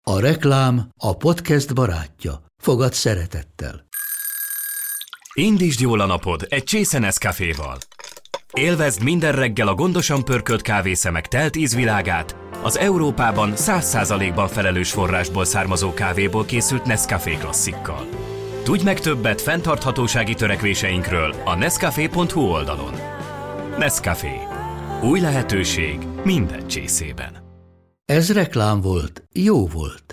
A reklám a podcast barátja. Fogad szeretettel. Indítsd jól a napod egy csésze Nescaféval. Élvezd minden reggel a gondosan pörkölt kávészemek telt ízvilágát, az Európában 100%-ban felelős forrásból származó kávéból készült Nescafé klasszikkal. Tudj meg többet fenntarthatósági törekvéseinkről a nescafé.hu oldalon. Nescafé. Új lehetőség minden csészében. Ez reklám volt, jó volt.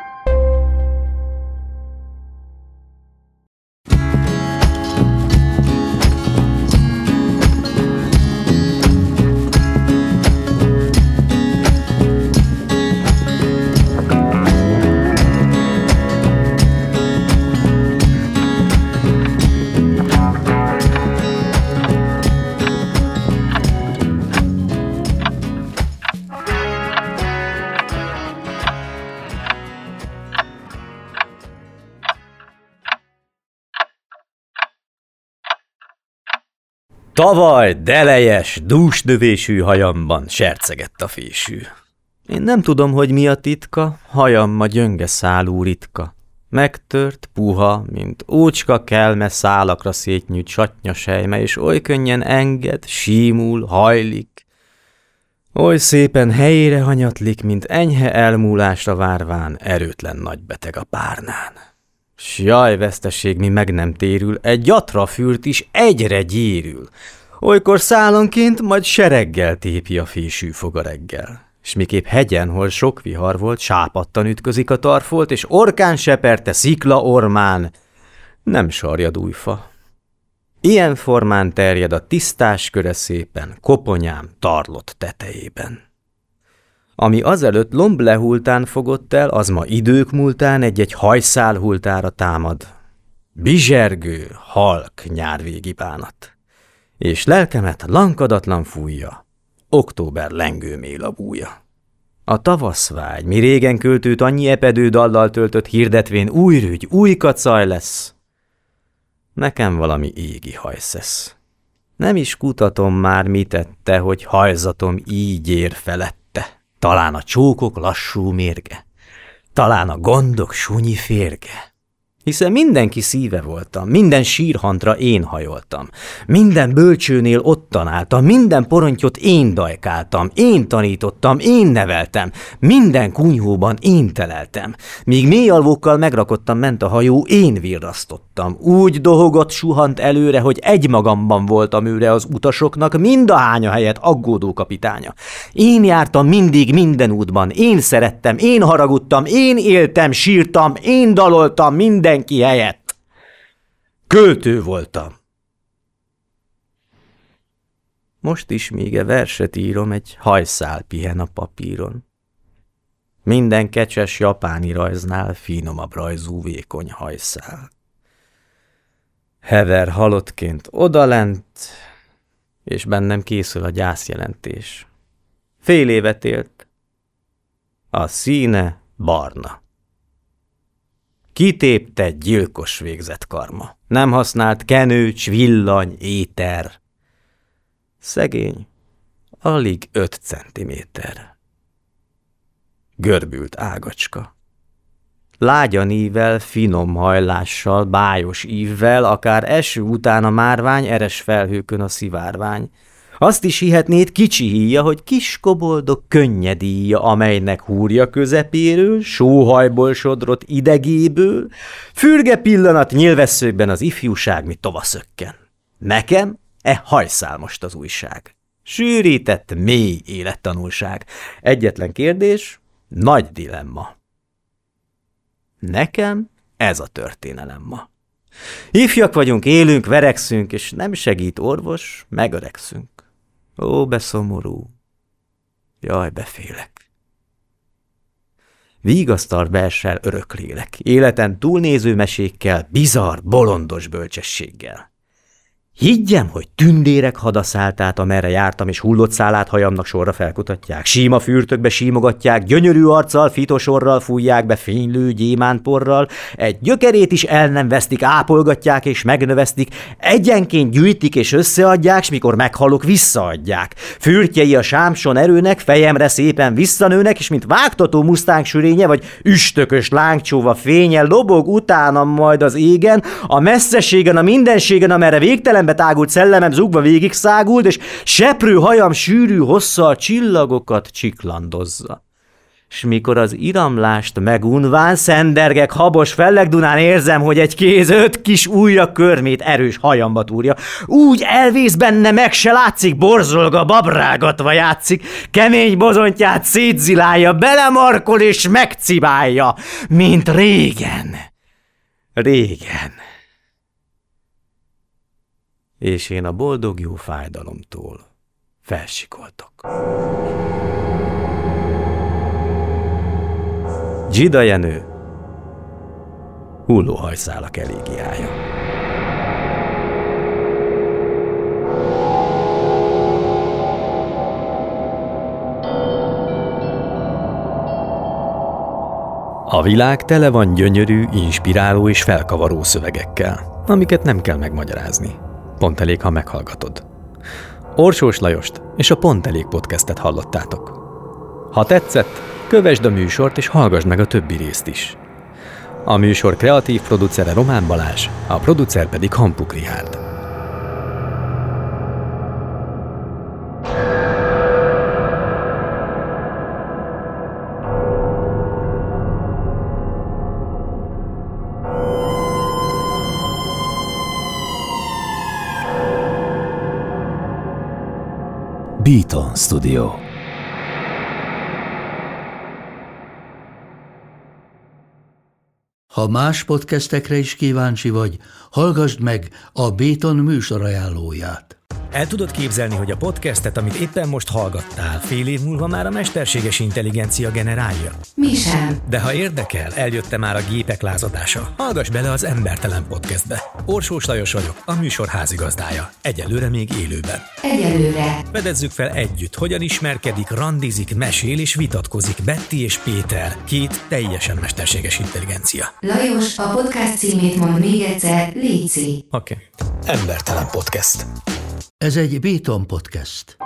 Tavaly delejes, dúsnövésű hajamban sercegett a fésű. Én nem tudom, hogy mi a titka, hajam ma gyönge szálú ritka. Megtört, puha, mint ócska kelme szálakra szétnyújt satnyasejme, és oly könnyen enged, símul, hajlik. Oly szépen helyére hanyatlik, mint enyhe elmúlásra várván erőtlen nagybeteg a párnán. S jaj, veszteség, mi meg nem térül, egy gyatra fürt is egyre gyérül. Olykor szálonként, majd sereggel tépi a fésű foga reggel. S miképp hegyen, hol sok vihar volt, sápadtan ütközik a tarfolt, és orkán seperte szikla ormán, nem sarjad újfa. Ilyen formán terjed a tisztás köre szépen, koponyám tarlott tetejében. Ami azelőtt lomb lehultán fogott el, az ma idők múltán egy-egy hajszál hultára támad. Bizsergő, halk nyárvégi bánat. És lelkemet lankadatlan fújja, október lengő mélabúja. A tavaszvágy, mi régen költőt annyi epedő dallal töltött hirdetvén új rügy, új kacaj lesz. Nekem valami égi hajszesz. Nem is kutatom már, mit tette, hogy hajzatom így ér felett. Talán a csókok lassú mérge, talán a gondok sunyi férge. Hiszen mindenki szíve voltam, minden sírhantra én hajoltam, minden bölcsőnél ott tanáltam, minden porontyot én dajkáltam, én tanítottam, én neveltem, minden kunyhóban én teleltem. Míg mélyalvókkal megrakottam ment a hajó, én virrasztottam. Úgy dohogott, suhant előre, hogy egymagamban voltam őre az utasoknak, mindahány a helyet aggódó kapitánya. Én jártam mindig minden útban, én szerettem, én haragudtam, én éltem, sírtam, én daloltam mindenki helyett. Költő voltam. Most is még verset írom, egy hajszál pihen a papíron. Minden kecses japáni rajznál finomabb rajzú vékony hajszál. Hever halottként odalent, és bennem készül a gyászjelentés. Fél évet élt. A színe barna. Kitépte gyilkos végzett karma. Nem használt kenőcs, villany, éter. Szegény, alig 5 centiméter. Görbült ágacska. Lágyan ível, finom hajlással, bájos ívvel, akár eső után a márvány, eres felhőkön a szivárvány. Azt is hihetnéd, kicsi híja, hogy kis koboldog könnyed íja, amelynek húrja közepéről, sóhajból sodrott idegéből, fürge pillanat nyilvesszőkben az ifjúság, mi tovaszökken. Nekem hajszál most az újság. Sűrített, mély élettanulság. Egyetlen kérdés, nagy dilemma. Nekem ez a történelem ma. Ifjak vagyunk, élünk, veregszünk, és nem segít orvos, megöregszünk. Ó, beszomorú. Jaj, befélek. Vígasztalt versel örök lélek, életen túlnéző mesékkel, bizarr, bolondos bölcsességgel. Higgyem, hogy tündérek hadaszálltát, amerre jártam, és hullott szálát hajamnak sorra felkutatják. Síma fürtökbe símogatják, gyönyörű arccal, fitosorral fújják be fénylő gyémántporral, egy gyökerét is el nem vesztik, ápolgatják és megnövesztik, egyenként gyűjtik és összeadják, s mikor meghalok, visszaadják. Fürtjei a sámson erőnek, fejemre szépen visszanőnek, és mint vágtató musztánk sürénye, vagy üstökös lángcsóva fénye lobog utánam majd az égen, a messzeségen, a mindenségen, amerre végtelen tágult szellemem zugva végig száguld, és seprő hajam sűrű hosszal csillagokat csiklandozza. S mikor az iramlást megunván szendergek habos fellegdunán érzem, hogy egy kéz 5 kis ujja körmét erős hajamba túrja. Úgy elvész benne, meg se látszik, borzolga, babrágatva játszik, kemény bozontját szétzilálja, belemarkol és megcibálja, mint régen. Régen. És én a boldog jó fájdalomtól felsikoltok. Dzsida Jenő, hullóhajszálak elégiája. A világ tele van gyönyörű, inspiráló és felkavaró szövegekkel, amiket nem kell megmagyarázni. Pont elég, ha meghallgatod. Orsós Lajost és a Pont Elég podcastet hallottátok. Ha tetszett, kövesd a műsort és hallgass meg a többi részt is. A műsor kreatív producere Román Balázs, a producer pedig Hampuk Richárd. Beaton Studio. Ha más podcastekre is kíváncsi vagy, hallgassd meg a Beaton műsorajánlóját. El tudod képzelni, hogy a podcastet, amit éppen most hallgattál, fél év múlva már a mesterséges intelligencia generálja? Mi sem. De ha érdekel, eljött már a gépek lázadása. Hallgass bele az Embertelen podcastbe. Orsós Lajos vagyok, a műsor házigazdája. Egyelőre még élőben. Egyelőre. Fedezzük fel együtt, hogyan ismerkedik, randizik, mesél és vitatkozik Betty és Péter, 2 teljesen mesterséges intelligencia. Lajos, a podcast címét mond még egyszer, léci. Oké. Embertelen podcast. Ez egy Beaton podcast.